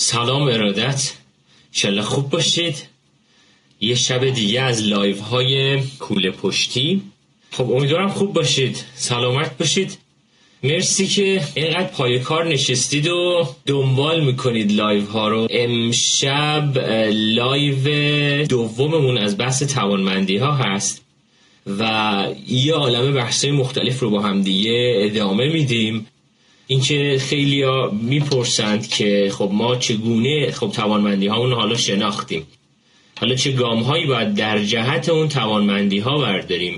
سلام ارادت، انشالله خوب باشید. یه شب دیگه از لایو های کوله پشتی. خب امیدوارم خوب باشید، سلامت باشید. مرسی که اینقدر پای کار نشستید و دنبال میکنید لایو ها رو. امشب لایو دوممون از بحث توانمندی ها هست و یه عالمه بحثای مختلف رو با هم دیگه ادامه میدیم. اینکه خیلیا میپرسند که خب ما چگونه توانمندی ها اون حالا شناختیم، حالا چه گام هایی باید در جهت اون توانمندی ها برداریم،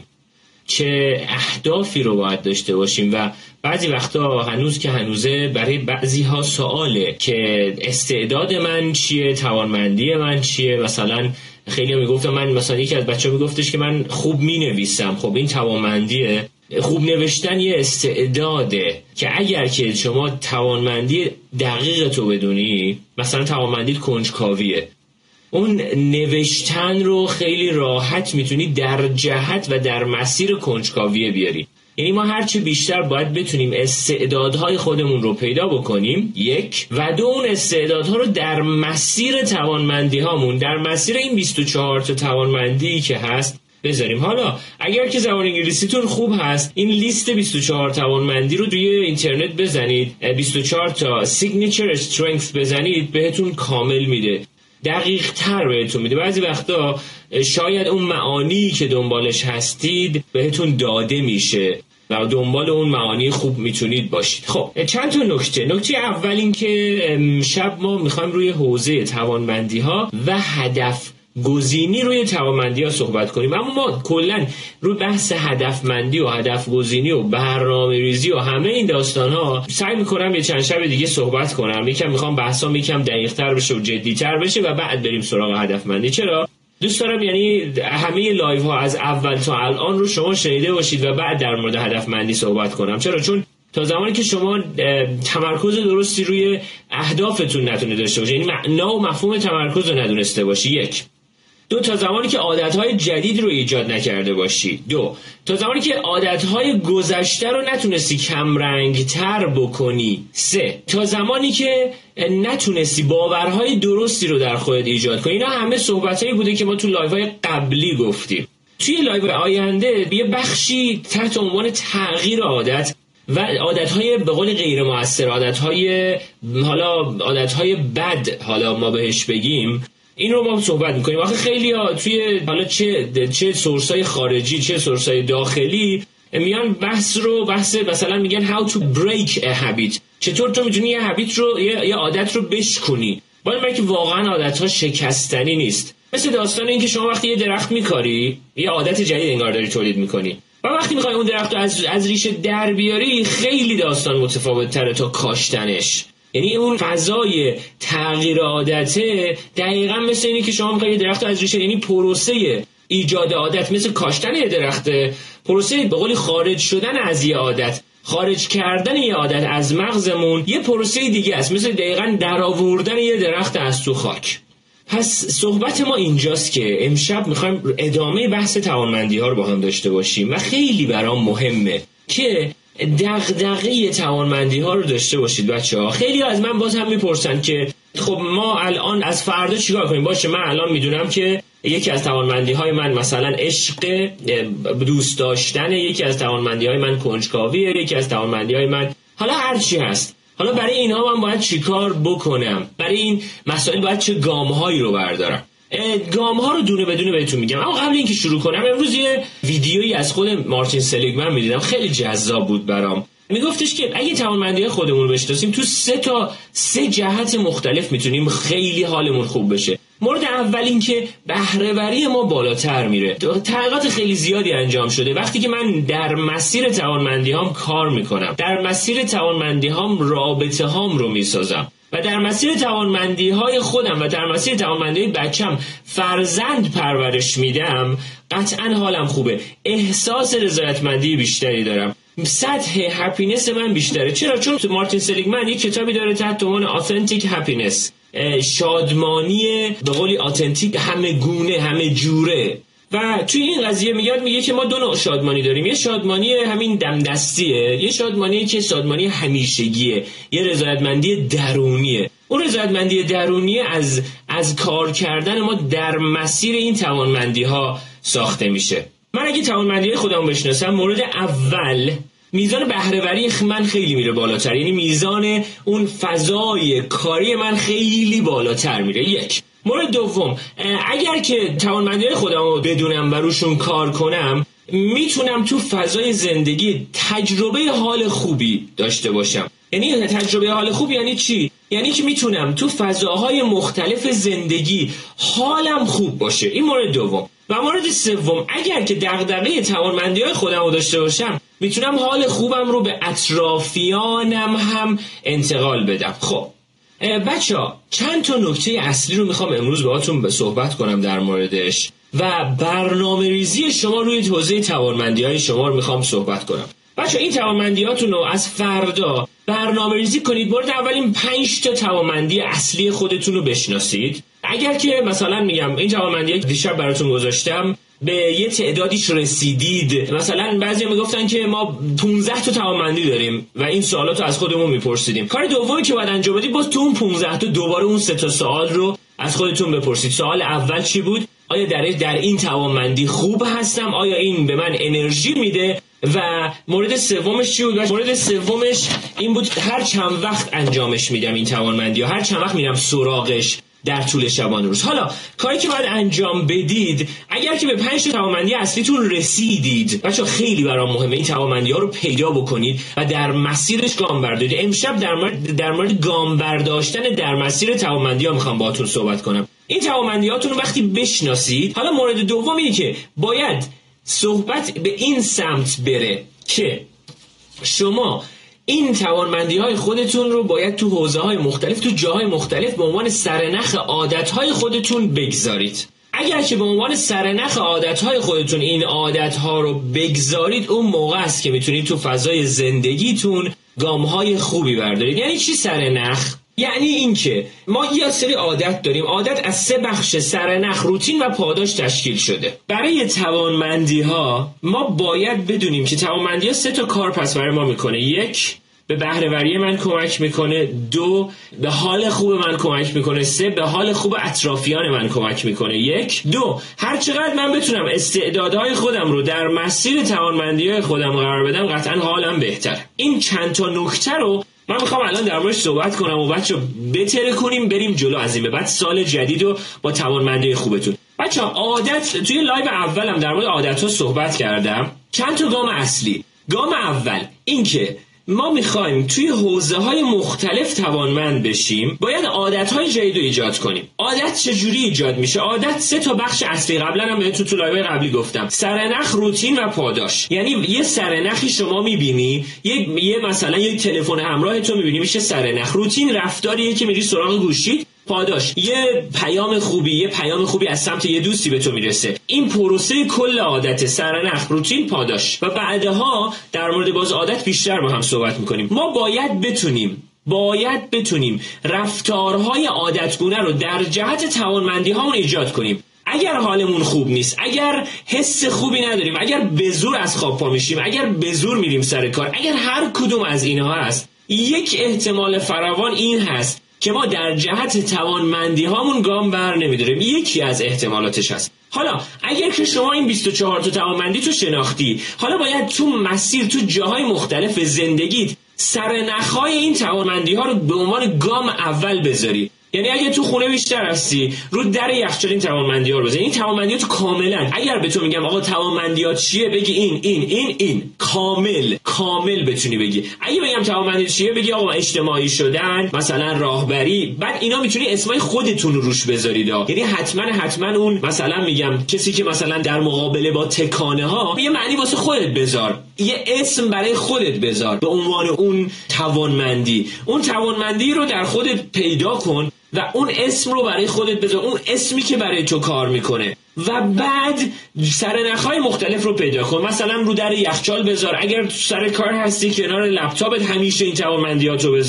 چه اهدافی رو باید داشته باشیم. و بعضی وقتا هنوزه برای بعضی ها سواله که استعداد من چیه، توانمندی من چیه. مثلا خیلی میگفتم، من مثلا یکی از بچه‌ها میگفتش که من خوب مینویسم. خب این توانمندیه. خوب نوشتن یه استعداده که اگر که شما توانمندی دقیق تو بدونی، مثلا توانمندی کنجکاویه، اون نوشتن رو خیلی راحت میتونی در جهت و در مسیر کنجکاویه بیاری. یعنی ما هرچی بیشتر باید بتونیم استعدادهای خودمون رو پیدا بکنیم، یک، و دو، اون استعدادها رو در مسیر توانمندی هامون، در مسیر این 24 تا توانمندی که هست بذاریم. حالا اگر که زبان انگلیسیتون خوب هست، این لیست 24 توانمندی رو توی اینترنت بزنید، 24 تا signature strength بزنید، بهتون کامل میده، دقیق تر بهتون میده. بعضی وقتا شاید اون معانی که دنبالش هستید بهتون داده میشه و دنبال اون معانی خوب میتونید باشید. خب چند تا نکته اول این که شب ما میخوایم روی حوزه توانمندی ها و هدف گزینی روی توانمندی ها صحبت کنیم. اما ما کلن روی بحث هدفمندی و هدف گزینی و برنامه ریزی و همه این داستان ها سعی میکنم یه چند شب دیگه صحبت کنم. میخوام بحثام یکم دقیق تر بشه و جدی تر بشه و بعد بریم سراغ هدفمندی. چرا؟ دوست دارم یعنی همه لایو ها از اول تا الان رو شما شنیده باشید و بعد در مورد هدفمندی صحبت کنم. چرا؟ چون تا زمانی که شما تمرکز درستی روی اهدافتون نتونه داشته باشید، یعنی معنا و مفهوم تمرکز رو ندونسته باشی، یک. دو، تا زمانی که عادتهای جدید رو ایجاد نکرده باشی. دو، تا زمانی که عادتهای گذشته رو نتونستی کم رنگ تر بکنی. سه، تا زمانی که نتونستی باورهای درستی رو در خودت ایجاد کنی. اینا همه صحبتایی بوده که ما تو لایوهای قبلی گفتیم. توی لایو آینده یه بخشی تحت عنوان تغییر عادت و عادتهای به قول غیر مؤثر، عادتهای بد، حالا ما بهش بگیم، این رو ما صحبت میکنیم. آخه خیلی ها توی حالا چه سورسای خارجی چه سورسای داخلی میان بحث مثلا میگن how to break a habit، چطور تو میتونی یه habit رو یه عادت رو بشکنی. باید که واقعا عادتها شکستنی نیست. مثل داستان این که شما وقتی یه درخت میکاری، یه عادت جدید انگار داری تولید میکنی و وقتی میخوای اون درخت رو از ریشه در بیاری، خیلی داستان متفاوت تره تا کاشتنش. یعنی اون فضای تغییر عادته دقیقاً مثل اینه که شما میخوای یه درخت از ریشه، یعنی پروسه ایجاد عادت مثل کاشتن یه درخته، پروسه به قولی خارج شدن از یه عادت، خارج کردن یه عادت از مغزمون یه پروسه دیگه است، مثل دقیقاً درآوردن یه درخت از تو خاک. پس صحبت ما اینجاست که امشب میخوایم ادامه بحث توانمندی ها رو با هم داشته باشیم و خیلی برام مهمه که دغدغه توانمندی ها رو داشته باشید بچه‌ها. خیلی از من باز هم میپرسن که خب ما الان از فردا چیکار کنیم؟ باشه، من الان میدونم که یکی از توانمندی های من مثلا عشق، دوست داشتن، یکی از توانمندی های من کنجکاویه، یکی از توانمندی های من حالا هر چی هست. حالا برای اینها من باید چیکار بکنم؟ برای این مسائل باید چه گام‌هایی رو بردارم؟ گام‌ها رو دونه بدونه بهتون میگم. اما قبل اینکه شروع کنم، امروز یه ویدیویی از خود مارتین سلیگمن میدیدم، خیلی جذاب بود برام. میگفتش که اگه توانمندی خودمون رو بشناسیم، تو سه جهت مختلف میتونیم خیلی حالمون خوب بشه. مورد اول این که بهره‌وری ما بالاتر میره. تحقیقات خیلی زیادی انجام شده. وقتی که من در مسیر توانمندی هام کار میکنم، در مسیر توانمندی هام رابطه هام رو میسازم و در مسیر توانمندی های خودم و در مسیر توانمندی های بچم فرزند پرورش میدم، قطعا حالم خوبه، احساس رضایتمندی بیشتری دارم، سطح هپینس من بیشتره. چرا؟ چون مارتین سلیگمن یک کتابی داره تحت عنوان آتنتیک هپینس، شادمانی به قولی آتنتیک، همه گونه، همه جوره. و توی این قضیه میگه که ما دو نوع شادمانی داریم. یه شادمانی همین دمدستیه، یه شادمانی که شادمانی همیشگیه، یه رضایتمندی درونیه. اون رضایتمندی درونی از کار کردن ما در مسیر این توانمندی ها ساخته میشه. من اگه توانمندی خودم بشناسم، مورد اول میزان بهره‌وری من خیلی میره بالاتر، یعنی میزان اون فضای کاری من خیلی بالاتر میره. یک. مورد دوم، اگر که توانمندی خودم رو بدونم و روشون کار کنم، میتونم تو فضای زندگی تجربه حال خوبی داشته باشم. یعنی تجربه حال خوب یعنی چی؟ یعنی که میتونم تو فضاهای مختلف زندگی حالم خوب باشه. این مورد دوم. و مورد سوم، اگر که دغدغه توانمندی‌های خودم رو داشته باشم، میتونم حال خوبم رو به اطرافیانم هم انتقال بدم. خب بچه‌ها، چند تا نکته اصلی رو میخوام امروز باهاتون صحبت کنم در موردش و برنامه ریزی شما روی حوزه توانمندی‌های شما رو میخوام صحبت کنم. بچه‌ها، این توانمندی‌هاتون رو از فردا برنامه ریزی کنید. مورد اول این 5 تا توانمندی اصلی خودتون رو بشناسید. اگر که مثلا میگم این توانمندی‌ها که دیشب براتون گذاشتم به یه تعدادیش رسیدید، مثلا بعضیا میگفتن که ما 15 تا توانمندی داریم و این سوالاتو از خودمون میپرسیدیم. کار دومی که باید انجام بدید، باز تو اون 15 تا دوباره اون 3 تا سوال رو از خودتون بپرسید. سوال اول چی بود؟ آیا در این توانمندی خوب هستم؟ آیا این به من انرژی میده؟ و مورد سومش چی بود؟ مورد سومش این بود هر چند وقت انجامش میدم این توانمندی، یا هر چند وقت میرم سراغش در طول شبانه روز. حالا کاری که باید انجام بدید، اگر که به 5 توانمندی اصلیتون رسیدید، بچه‌ها خیلی برام مهمه این توانمندی‌ها رو پیدا بکنید و در مسیرش گام بردارید. امشب در مورد گام برداشتن در مسیر توانمندی‌ها میخوام باهاتون صحبت کنم. این توانمندی‌هاتون رو وقتی بشناسید، حالا مورد دوم اینه که باید صحبت به این سمت بره که شما این توانمندی‌های خودتون رو باید تو حوزه‌های مختلف، تو جاهای مختلف به عنوان سرنخ عادت‌های خودتون بگذارید. اگر که به عنوان سرنخ عادت‌های خودتون این عادت‌ها رو بگذارید، اون موقع است که میتونید تو فضای زندگیتون گام‌های خوبی بردارید. یعنی چی سرنخ؟ یعنی این که ما یه سری عادت داریم. عادت از 3 بخش سرنخ، روتین و پاداش تشکیل شده. برای توانمندی‌ها ما باید بدونیم که توانمندی‌ها 3 تا کار پس برای ما میکنه. 1. به بهره‌وری من کمک میکنه. 2. به حال خوب من کمک میکنه. 3. به حال خوب اطرافیان من کمک میکنه. 1. 2. هر چقدر من بتونم استعدادهای خودم رو در مسیر توانمندی‌های خودم قرار بدم، قطعاً حالم بهتر. این چند تا نکته رو من میخوام الان در موردش صحبت کنم و بچه‌ها بتره کنیم بریم جلو. از این به بعد سال جدید رو با توانمندی خوبتون. بچه‌ها عادت، توی لایو اولم در مورد عادت‌ها صحبت کردم. چند تا گام اصلی. گام اول این که ما میخوایم توی حوزه‌های مختلف توانمند بشیم، باید عادت‌های جدید رو ایجاد کنیم. عادت چجوری ایجاد میشه؟ عادت 3 تا بخش اصلی، قبلا هم بهتون تو لایو قبلی گفتم: سرنخ، روتین و پاداش. یعنی یه سرنخی شما میبینی، یه مثلا یه تلفن همراه تو میبینی میشه سرنخ. روتین رفتاریه که میری سراغ گوشی. پاداش یه پیام خوبی از سمت یه دوستی به تو میرسه. این پروسه کل عادت: سرنخ، روتین، پاداش. و بعدها در مورد باز عادت بیشتر با هم صحبت میکنیم. ما باید بتونیم رفتارهای عادتگونه رو در جهت توانمندی هامون ایجاد کنیم. اگر حالمون خوب نیست، اگر حس خوبی نداریم، اگر به زور از خواب پا میشیم، اگر به زور میریم سر کار، اگر هر کدوم از اینها هست، یک احتمال فراوان این هست که ما در جهت توانمندی هامون گام بر نمیداریم. یکی از احتمالاتش هست. حالا اگر که شما این 24 تا توانمندی تو شناختی، حالا باید تو مسیر، تو جاهای مختلف زندگیت سرنخ‌های این توانمندی ها رو به عنوان گام اول بذاری. یعنی اگه تو خونه بیشتر هستی، رو در یخچال این توانمندی‌ها رو بزن. این توانمندی‌ها تو کاملا، اگر به تو میگم آقا توانمندی‌ها چیه، بگی این کامل بتونی بگی. اگه بگم توانمندی چیه، بگی آقا اجتماعی شدن، مثلا راهبری. بعد اینا میتونی اسمای خودتون رو روش بذارید. یعنی حتما اون مثلا میگم کسی که مثلا در مقابله با تکانه ها، یه معنی واسه خودت بذار، یه اسم برای خودت بذار به عنوان اون توانمندی. اون توانمندی رو در خودت پیدا کن و اون اسم رو برای خودت بذار، اون اسمی که برای تو کار میکنه. و بعد سرنخ‌های مختلف رو پیدا کن. مثلا رو در یخچال بذار، اگر سر کار هستی کنار لپتاپت همیشه این توانمندیاتو بذار.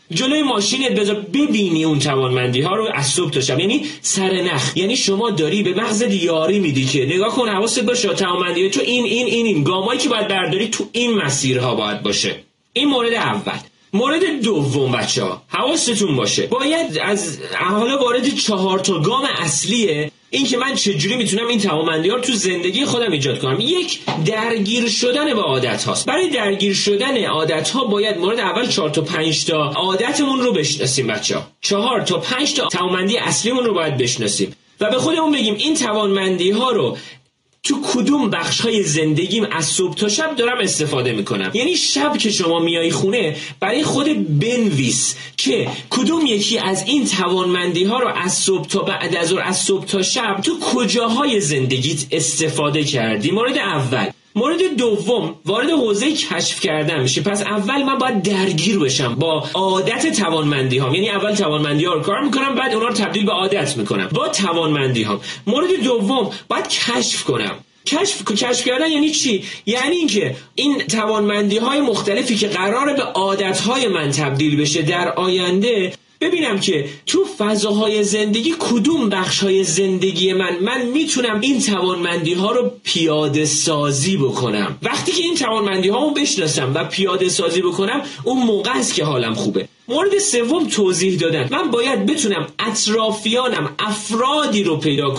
جلوی ماشینت بذار ببینی اون توانمندی ها رو از صبح تا شب، یعنی سرنخ. یعنی شما داری به مغزت یاری میدی که نگاه کن، حواست باشه توانمندی تو این گامایی که باید برداری تو این مسیرها باید باشه. این مورد اول. مورد دوم بچه‌ها حواستون باشه، باید از حالا وارد 4 تا گام اصلیه این که من چجوری میتونم این توانمندی‌ها رو تو زندگی خودم ایجاد کنم. یک، درگیر شدن با عادت هاست. برای درگیر شدن عادت ها باید مورد اول 4 تا 5 تا عادتمون رو بشناسیم بچه‌ها. 4 تا 5 تا توانمندی اصلیمون رو باید بشناسیم و به خودمون بگیم این توانمندی ها رو تو کدوم بخش‌های زندگیم از صبح تا شب دارم استفاده میکنم. یعنی شب که شما میای خونه برای خود بنویس که کدوم یکی از این توانمندی ها رو از صبح تا بعد از ظهر، از صبح تا شب تو کجاهای زندگیت استفاده کردی. مورد اول. مورد دوم وارد حوزه کشف کردن میشه. پس اول من باید درگیر بشم با عادت توانمندی ها، یعنی اول توانمندی ها رو کار میکنم، بعد اونا رو تبدیل به عادت میکنم با توانمندی ها. مورد دوم باید کشف کنم. کشف کردن یعنی چی؟ یعنی اینکه این توانمندی های مختلفی که قراره به عادت های من تبدیل بشه در آینده، ببینم که تو فضاهای زندگی کدوم بخش‌های زندگی من میتونم این توانمندی ها رو پیاده سازی بکنم. وقتی که این توانمندی ها رو بشناسم و پیاده سازی بکنم، اون موقع است که حالم خوبه. مورد سوم توضیح دادن. من باید بتونم اطرافیانم افرادی رو پیدا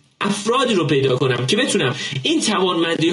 کنم که بتونم این توانمندی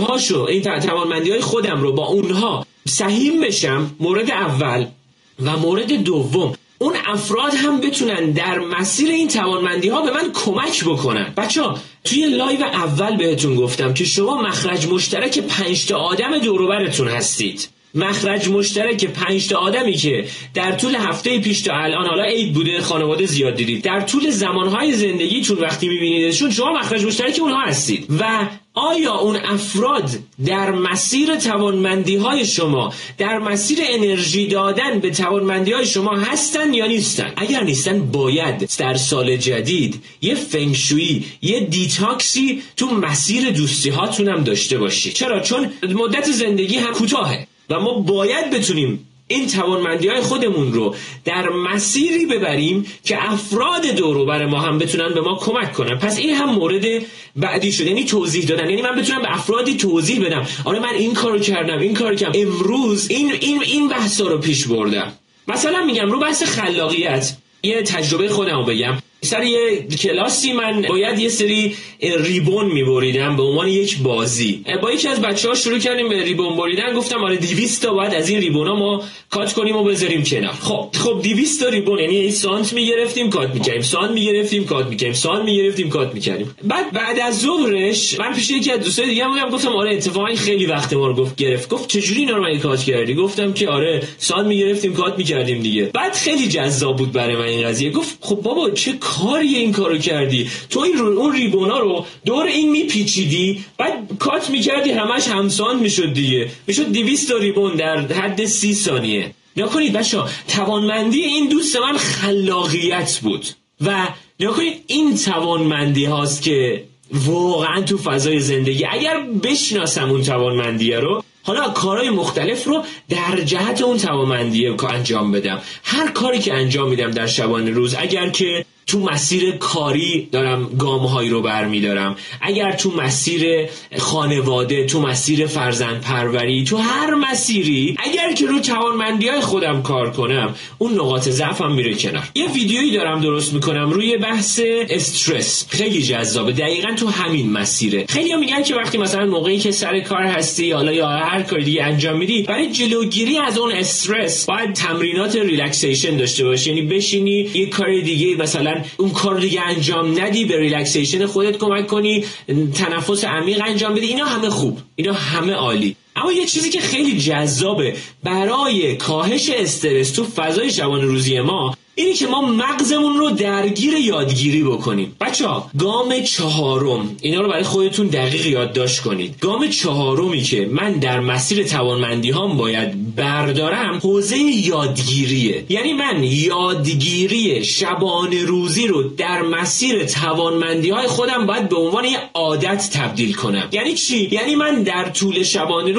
های خودم رو با اونها سهیم بشم. مورد اول. و مورد دوم، اون افراد هم بتونن در مسیر این توانمندی ها به من کمک بکنن. بچه‌ها توی لایو اول بهتون گفتم که شما مخرج مشترک 5 تا آدم دور و برتون هستید. مخرج مشترک 5 تا آدمی که در طول هفته پیش تا الان، حالا عید بوده خانواده زیاد دیدید، در طول زمانهای زندگیتون وقتی میبینیدشون شما مخرج مشترک اونها هستید. و آیا اون افراد در مسیر توانمندی های شما، در مسیر انرژی دادن به توانمندی های شما هستن یا نیستن؟ اگر نیستن باید در سال جدید یه فنگشویی، یه دیتاکسی تو مسیر دوستی هاتون هم داشته باشید. چرا؟ چون مدت زندگی هم کوتاهه و ما باید بتونیم این توانمندی های خودمون رو در مسیری ببریم که افراد دور و بر ما هم بتونن به ما کمک کنن. پس این هم مورد بعدی شد، یعنی توضیح دادن. یعنی من بتونم به افرادی توضیح بدم آره من این کارو کردم امروز این بحثا رو پیش بردم. مثلا میگم رو بحث خلاقیت یه تجربه خودم رو بگم. سر یه کلاسی من باید یه سری ریبون می‌بریدم به عنوان یک بازی. با یکی از بچه‌ها شروع کردیم به ریبون بریدن. گفتم آره 200 تا باید از این ریبونا ما کات کنیم و بذاریم کنار. خب 200 تا ریبون، یعنی سانت می‌گرفتیم کات می‌کردیم، سانت می‌گرفتیم کات می‌کردیم، سانت می‌گرفتیم کات می‌کردیم. بعد از ظهرش من پیش یکی از دوستای دیگه بودم، گفتم آره اتفاقا خیلی وقت ما رو گرفت. گفت چجوری اینا رو کات کردی؟ گفتم که آره سانت می‌گرفتیم کات می‌کردیم دیگه. بعد خیلی جذاب بود برای من این قضیه. گفت خب بابا چه کاری این کارو کردی؟ تو اون ریبونا رو دور این میپیچیدی، بعد کات میکردی، همش همسان میشد دیگه، میشد 200 تا ریبون در حد 30 ثانیه. نکنید بچه‌ها توانمندی این دوست من خلاقیت بود و نکنید این توانمندی هاست که واقعا تو فضای زندگی اگر بشناسم اون توانمندیه رو، حالا کارهای مختلف رو در جهت اون توانمندیه انجام بدم. هر کاری که انجام میدم در شبانه روز، اگر که تو مسیر کاری دارم گام‌هایی رو برمی‌دارم، اگر تو مسیر خانواده، تو مسیر فرزند پروری، تو هر مسیری اگر که رو توانمندی‌های خودم کار کنم، اون نقاط ضعفم میره کنار. یه ویدیویی دارم درست میکنم روی بحث استرس، خیلی جذابه، دقیقاً تو همین مسیره. خیلی‌ها میگن که وقتی مثلا موقعی که سر کار هستی، حالا یا هر کاری دیگه انجام میدی، برای جلوگیری از اون استرس باید تمرینات ریلکسیشن داشته باشی، یعنی بشینی یه کار دیگه، مثلا اون کار دیگه انجام ندی، به ریلکسیشن خودت کمک کنی، تنفس عمیق انجام بدی. اینا همه خوب، اینا همه عالی. اما یه چیزی که خیلی جذابه برای کاهش استرس تو فضای شبانه روزی ما اینی که ما مغزمون رو درگیر یادگیری بکنیم. بچه‌ها گام 4، اینا رو برای خودتون دقیق یادداشت کنید. گام 4 که من در مسیر توانمندی هام باید بردارم حوزه یادگیریه. یعنی من یادگیری شبانه روزی رو در مسیر توانمندی های خودم باید به عنوان یه عادت تبدیل کنم. یعنی چی؟ یعنی من در طول شبانه روز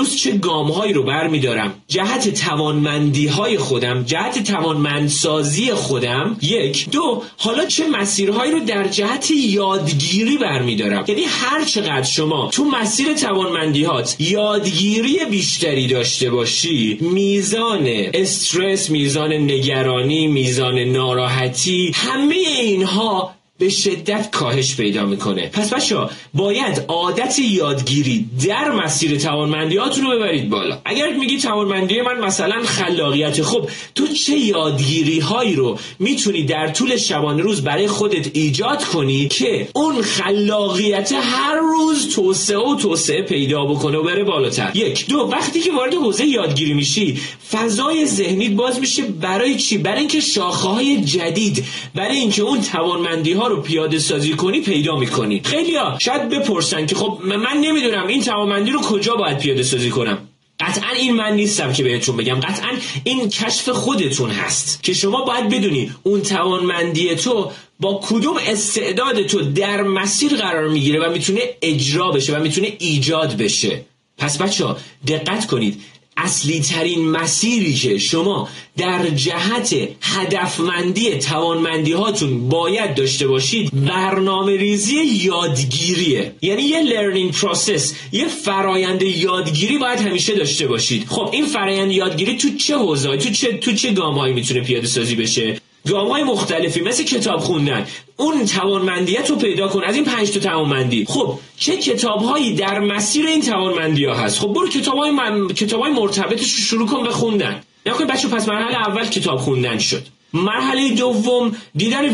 روز چه گام‌هایی رو برمی‌دارم جهت توانمندی‌های خودم، جهت توانمندسازی خودم. 1 2 حالا چه مسیرهایی رو در جهت یادگیری برمی‌دارم. یعنی هر چقدر شما تو مسیر توانمندی‌هات یادگیری بیشتری داشته باشی، میزان استرس، میزان نگرانی، میزان ناراحتی، همه اینها به شدت کاهش پیدا میکنه. پس بچه‌ها باید عادت یادگیری در مسیر توانمندیاتون رو ببرید بالا. اگر میگی توانمندی من مثلا خلاقیت، خب تو چه یادگیری هایی رو میتونی در طول شبانه روز برای خودت ایجاد کنی که اون خلاقیت هر روز توسعه پیدا بکنه و بره بالاتر. 1 2 وقتی که وارد حوزه یادگیری میشی، فضای ذهنیت باز میشه برای چی؟ برای اینکه شاخه‌های جدید، برای اینکه اون توانمندی ها رو پیاده سازی کنی پیدا میکنی. خیلیا شاید بپرسن که خب من نمیدونم این توانمندی رو کجا باید پیاده سازی کنم. قطعا این من نیستم که بهتون بگم، قطعا این کشف خودتون هست که شما باید بدونی اون توانمندی تو با کدوم استعداد تو در مسیر قرار میگیره و میتونه اجرا بشه و میتونه ایجاد بشه. پس بچه‌ها دقت کنید، اصلی ترین مسیری که شما در جهت هدفمندی توانمندی هاتون باید داشته باشید برنامه ریزی یادگیریه. یعنی یه لرنینگ پروسس، یه فرایند یادگیری باید همیشه داشته باشید. خب این فرایند یادگیری تو چه حوزه‌ای، تو چه گام‌هایی میتونه پیاده سازی بشه؟ گام‌های مختلفی مثل کتاب خوندن. اون توانمندیت رو پیدا کن از این 5 تا توانمندی. خب چه کتاب‌هایی در مسیر این توانمندی‌ها هست؟ خب برو کتاب‌های مرتبطش رو شروع کن به خوندن. نکنید بچه، پس مرحله اول کتاب خوندن شد. مرحله دوم دیدن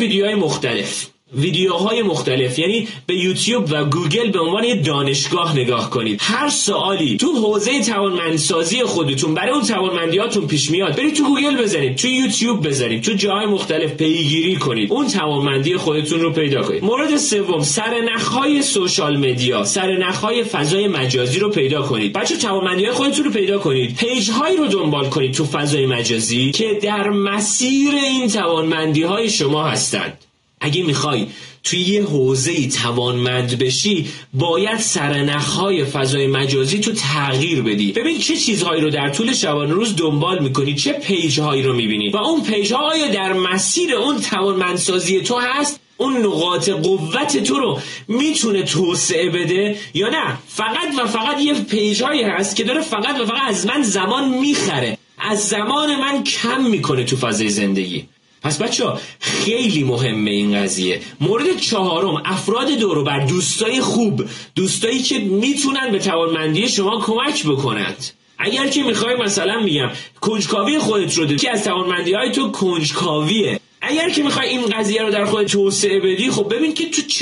ویدیوهای مختلف، یعنی به یوتیوب و گوگل به عنوان یه دانشگاه نگاه کنید. هر سوالی تو حوزه توانمندسازی خودتون برای اون توانمندیاتون پیش میاد، برید تو گوگل بزنید، تو یوتیوب بزنید، تو جاهای مختلف پیگیری کنید، اون توانمندی خودتون رو پیدا کنید. مورد سوم، سرنخ‌های سوشال مدیا، سرنخ‌های فضای مجازی رو پیدا کنید. بچه توانمندی‌های خودتون رو پیدا کنید، پیج‌هایی رو دنبال کنید تو فضای مجازی که در مسیر این توانمندی‌های شما هستند. اگه میخوای توی یه حوزه‌ای توانمند بشی، باید سرنخ‌های فضای مجازی تو تغییر بدی. ببین چه چیزهایی رو در طول شبانه روز دنبال میکنی، چه پیج‌هایی رو میبینی و اون پیج‌ها آیا در مسیر اون توانمندسازی تو هست؟ اون نقاط قوت تو رو میتونه توسعه بده یا نه فقط یه پیج‌هایی هست که داره فقط از من زمان میخره، از زمان من کم میکنه تو فضای زندگی. پس بچه‌ها خیلی مهمه این قضیه. مورد چهارم، افراد دور و بر، دوستای خوب، دوستایی که میتونن به توانمندی شما کمک بکنند. اگر که میخوای مثلا میگم کنجکاوی خودت رو که از توانمندی‌های تو کنجکاویه، اگر که میخوای این قضیه رو در خودت توسعه بدی، خب ببین که تو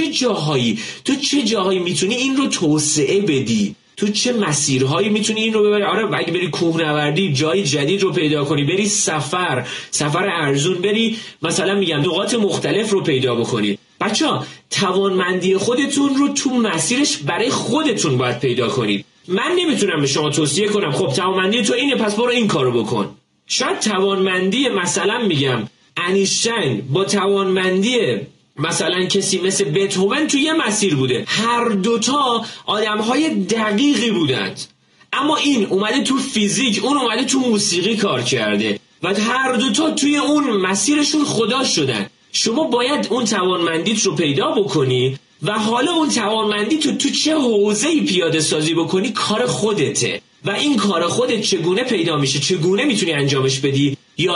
چه جاهایی میتونی این رو توسعه بدی، تو چه مسیرهایی میتونی این رو ببری. آره اگه بری کوهنوردی، جای جدید رو پیدا کنی، بری سفر ارزون، بری مثلا میگم نقاط مختلف رو پیدا بکنی. بچه‌ها توانمندی خودتون رو تو مسیرش برای خودتون باید پیدا کنید. من نمیتونم به شما توصیه کنم خب توانمندی تو اینه پس برو این کارو بکن. شاید توانمندی مثلا میگم انیشتین با توانمندی مثلا کسی مثل بتهوون توی یه مسیر بوده، هر دوتا آدم‌های دقیقی بودند، اما این اومده تو فیزیک، اون اومده تو موسیقی کار کرده و هر دوتا توی اون مسیرشون خدا شدن. شما باید اون توانمندیت رو پیدا بکنی و حالا اون توانمندیت رو تو چه حوزه‌ای پیاده سازی بکنی کار خودته و این کار خودت چگونه پیدا میشه، چگونه میتونی انجامش بدی؟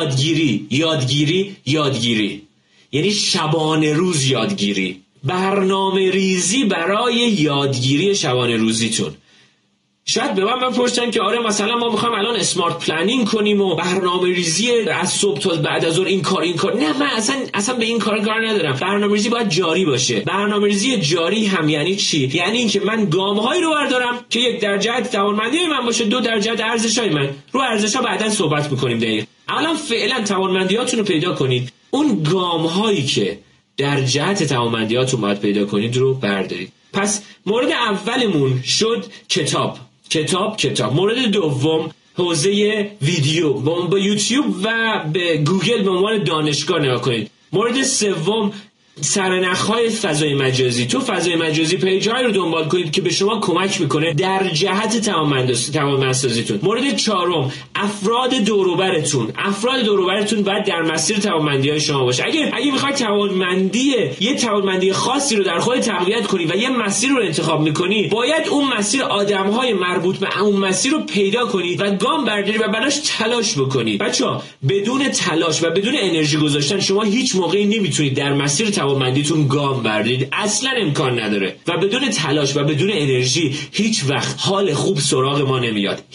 یادگیری، یعنی شبانه روز یادگیری، برنامه ریزی برای یادگیری شبانه روزیتون. شاید به من بپرسن که آره مثلا ما میخوایم الان اسمارت پلنینگ کنیم و برنامه ریزی از صبح تا بعد از ظهر این کار. نه، من اصلا به این کار ندارم. برنامه ریزی باید جاری باشه. برنامه ریزی جاری هم یعنی چی؟ یعنی اینکه من گام‌هایی رو بردارم که 1 در جهت توانمندی من باشه، 2 در جهت ارزش‌های من. رو ارزش‌ها بعداً صحبت می‌کنیم دقیق. الان فعلا توانمندیاتون رو پیدا کنید. اون گام‌هایی که در جهت توانمندیاتون باید پیدا کنید رو بردارید. پس مورد اولمون شد کتاب. مورد دوم حوزه ویدیو، با یوتیوب و به گوگل به عنوان دانشگاه نگاه کنید. مورد سوم سرنخ‌های فضای مجازی، تو فضای مجازی پیج‌هایی رو دنبال کنید که به شما کمک میکنه در جهت توانمندسازیتون. مورد چهارم، افراد دور و برتون باید در مسیر توانمندی‌های شما باشه. اگه میخواید یه توانمندی خاصی رو در خودت تقویت کنی و یه مسیر رو انتخاب میکنی، باید اون مسیر آدم‌های مربوط به اون مسیر رو پیدا کنید و گام برداری و براش تلاش بکنید. بچه‌ها بدون تلاش و بدون انرژی گذاشتن شما هیچ موقعی نمیتونید در مسیر توانمندیتون گام بردارید، اصلا امکان نداره. و بدون تلاش و بدون انرژی هیچ وقت حال خوب سراغ ما نمیاد.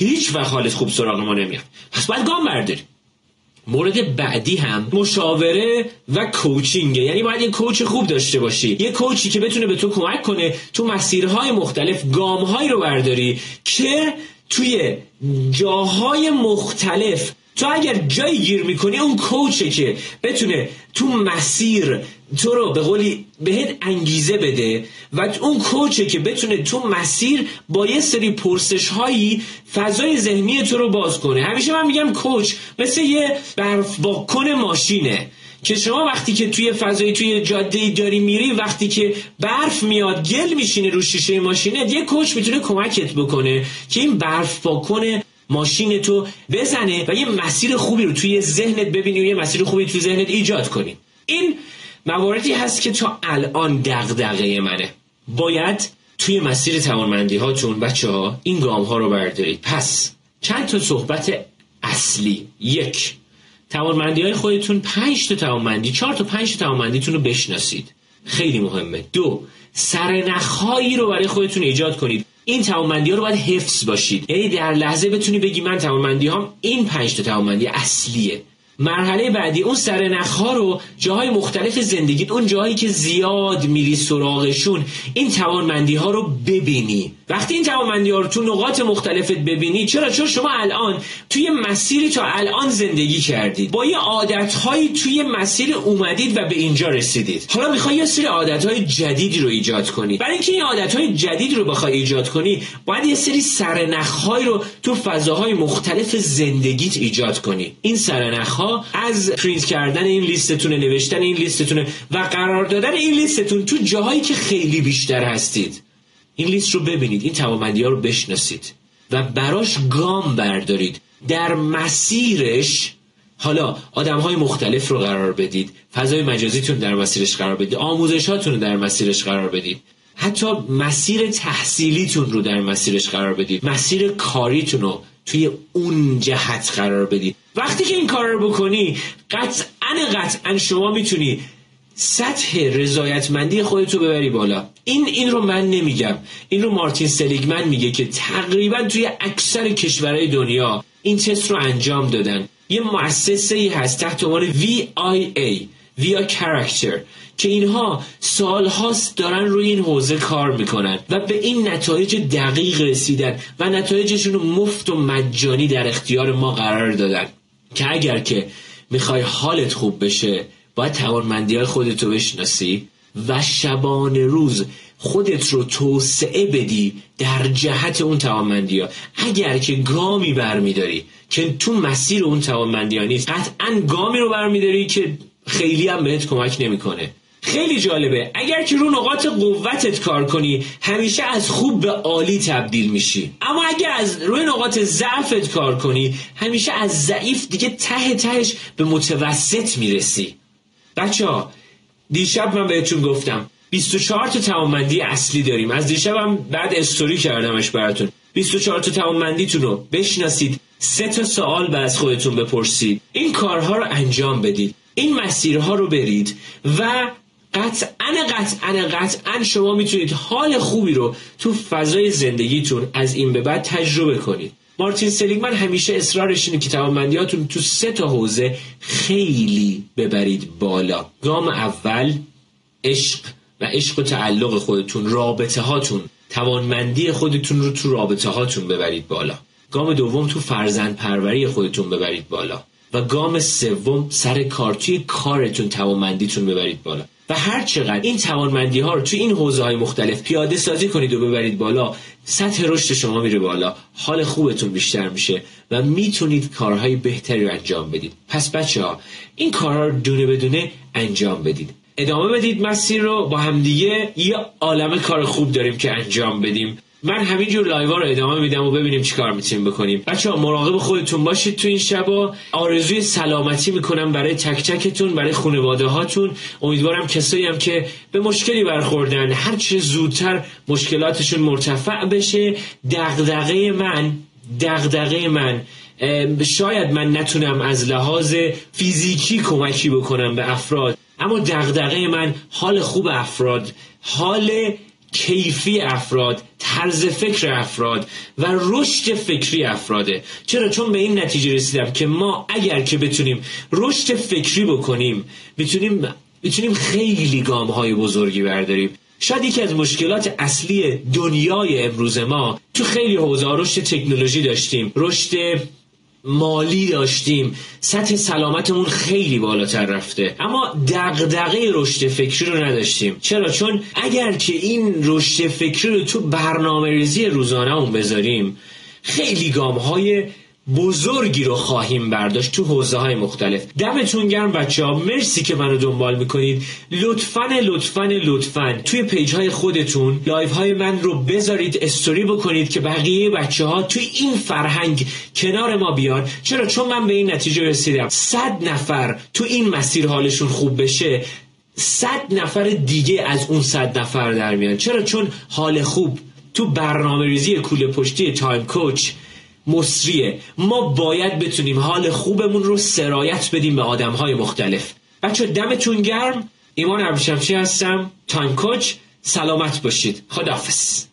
پس باید گام بردارید. مورد بعدی هم مشاوره و کوچینگه، یعنی باید یه کوچ خوب داشته باشی، یه کوچی که بتونه به تو کمک کنه تو مسیرهای مختلف گام‌هایی رو برداری که توی جاهای مختلف تو اگر جایی گیر میکنی، اون کوچه که بتونه تو مسیر تو رو به قولی بهت انگیزه بده و اون کوچه که بتونه تو مسیر با یه سری پرسش هایی فضای ذهنی تو رو باز کنه. همیشه من میگم کوچ مثل یه برف واکن ماشینه که شما وقتی که توی جاده‌ای داری میری، وقتی که برف میاد گل میشینه رو شیشه ماشینت، یه کوچ میتونه کمکت بکنه که این برف واکن ماشین تو بزنه و یه مسیر خوبی رو توی ذهنت ببینی و یه مسیر خوبی توی ذهنت ایجاد کنی. این مواردی هست که تا الان دغدغه منه. باید توی مسیر توانمندی هاتون بچه‌ها این گام ها رو بردارید. پس چند تا صحبت اصلی. 1. توانمندی های خودتون 5 تا توانمندی 4 تا 5 تا توانمندیتون رو بشناسید، خیلی مهمه. 2. سرنخ‌هایی رو برای خودتون ایجاد کنید. این توانمندی ها رو باید حفظ باشید، یعنی در لحظه بتونی بگی من توانمندی هام این 5 تا توانمندی اصلیه. مرحله بعدی، اون سرنخ‌ها رو جاهای مختلف زندگیت، اون جاهایی که زیاد میری سراغشون، این توانمندی ها رو ببینی. وقتی این توانمندی ها رو تو نقاط مختلفت ببینی، چون شما الان توی مسیری تا الان زندگی کردید، با یه عادت‌هایی توی مسیر اومدید و به اینجا رسیدید. حالا میخوای یه سری عادت‌های جدیدی رو ایجاد کنی. برای اینکه این عادت‌های جدید رو بخوای ایجاد کنی، باید یه سری سرنخ‌هایی رو تو فضاهای مختلف زندگیت ایجاد کنی. این سرنخ‌ها از پرینت کردن این لیستتون، نوشتن این لیستتون و قرار دادن این لیستتون تو جاهایی که خیلی بیشتر هستید. این لیست رو ببینید، این توانمندی‌ها رو بشناسید و براش گام بردارید. در مسیرش حالا آدم‌های مختلف رو قرار بدید، فضای مجازیتون در مسیرش قرار بدید، آموزشاتون رو در مسیرش قرار بدید، حتی مسیر تحصیلیتون رو در مسیرش قرار بدید، مسیر کاریتون رو توی اون جهت قرار بدید. وقتی که این کار رو بکنی، قطعاً شما میتونی سطح رضایتمندی خودت رو ببری بالا. این رو من نمیگم، این رو مارتین سلیگمن میگه که تقریبا توی اکثر کشورهای دنیا این تست رو انجام دادن. یه مؤسسه‌ای هست تحت عنوان VIA ویا کاراکتر که اینها سالهاست دارن روی این حوزه کار میکنن و به این نتایج دقیق رسیدن و نتایجشون رو مفت و مجانی در اختیار ما قرار دادن که اگر که میخوای حالت خوب بشه، باید توانمندی‌های خودت رو بشناسی و شبانه روز خودت رو توسعه بدی در جهت اون توانمندی‌ها. اگر که گامی برمیداری که تو مسیر اون توانمندی‌ها نیست، قطعاً گامی رو برمیداری که خیلی هم بهت کمک نمی‌کنه. خیلی جالبه، اگر که رو نقاط قوتت کار کنی، همیشه از خوب به عالی تبدیل میشی. اما اگر از روی نقاط ضعفت کار کنی، همیشه از ضعیف دیگه تهش به متوسط میرسی. بچه‌ها، دیشب من بهتون گفتم 24 تا توانمندی اصلی داریم. از دیشبم بعد استوری کردمش براتون. 24 تا توانمندیتون رو بشناسید، 3 تا سوال از خودتون بپرسید، این کارها رو انجام بدید، این مسیرها رو برید و قطعاً شما میتونید حال خوبی رو تو فضای زندگیتون از این به بعد تجربه کنید. مارتین سلیگمن همیشه اصرارش اینه که توانمندیاتون تو 3 تا حوزه خیلی ببرید بالا. گام اول عشق و تعلق خودتون، رابطه هاتون، توانمندی خودتون رو تو رابطه هاتون ببرید بالا. گام دوم تو فرزند پروری خودتون ببرید بالا و گام سوم سر کار، توی کارتون توانمندیتون ببرید بالا. و هر چقدر این توانمندی ها رو توی این حوزه های مختلف پیاده سازی کنید و ببرید بالا، سطح رشد شما میره بالا، حال خوبتون بیشتر میشه و میتونید کارهای بهتری رو انجام بدید. پس بچه‌ها، این کارها رو دونه بدونه انجام بدید. ادامه بدید مسیر رو، با همدیگه یه عالمه کار خوب داریم که انجام بدیم. من همینجور لایوها رو ادامه میدم و ببینیم چیکار میتونیم بکنیم. بچه‌ها مراقب خودتون باشید تو این شبا. آرزوی سلامتی میکنم برای تک تکتون، برای خانواده هاتون. امیدوارم کسایی هم که به مشکلی برخوردن هر چه زودتر مشکلاتشون مرتفع بشه. دغدغه من شاید من نتونم از لحاظ فیزیکی کمکی بکنم به افراد، اما دغدغه من حال خوب افراد، حال کیفی افراد، طرز فکر افراد و رشد فکری افراده. چرا؟ چون به این نتیجه رسیدم که ما اگر که بتونیم رشد فکری بکنیم میتونیم خیلی گام‌های بزرگی برداریم. شاید یکی از مشکلات اصلی دنیای امروز ما تو خیلی حوزه‌ها رشد تکنولوژی داشتیم، رشد مالی داشتیم، سطح سلامتمون خیلی بالاتر رفته، اما دغدغه رشد فکری رو نداشتیم. چرا؟ چون اگر که این رشد فکری رو تو برنامه‌ریزی روزانه‌مون بذاریم خیلی گام‌های بزرگی رو خواهیم برداشت تو حوزه‌های مختلف. دمتون گرم بچه‌ها، مرسی که منو دنبال میکنید. لطفاً توی پیج‌های خودتون لایوهای من رو بذارید، استوری بکنید که بقیه بچه‌ها توی این فرهنگ کنار ما بیان. چرا؟ چون من به این نتیجه رسیدم 100 نفر تو این مسیر حالشون خوب بشه، 100 نفر دیگه از اون 100 نفر در میان. چرا؟ چون حال خوب تو برنامه‌ریزی کوله پشتی تایم کوچ مصریه. ما باید بتونیم حال خوبمون رو سرایت بدیم به آدم‌های مختلف. بچه دمتون گرم. ایمان ابریشمسی هستم، تایم کوچ. سلامت باشید. خداحافظ.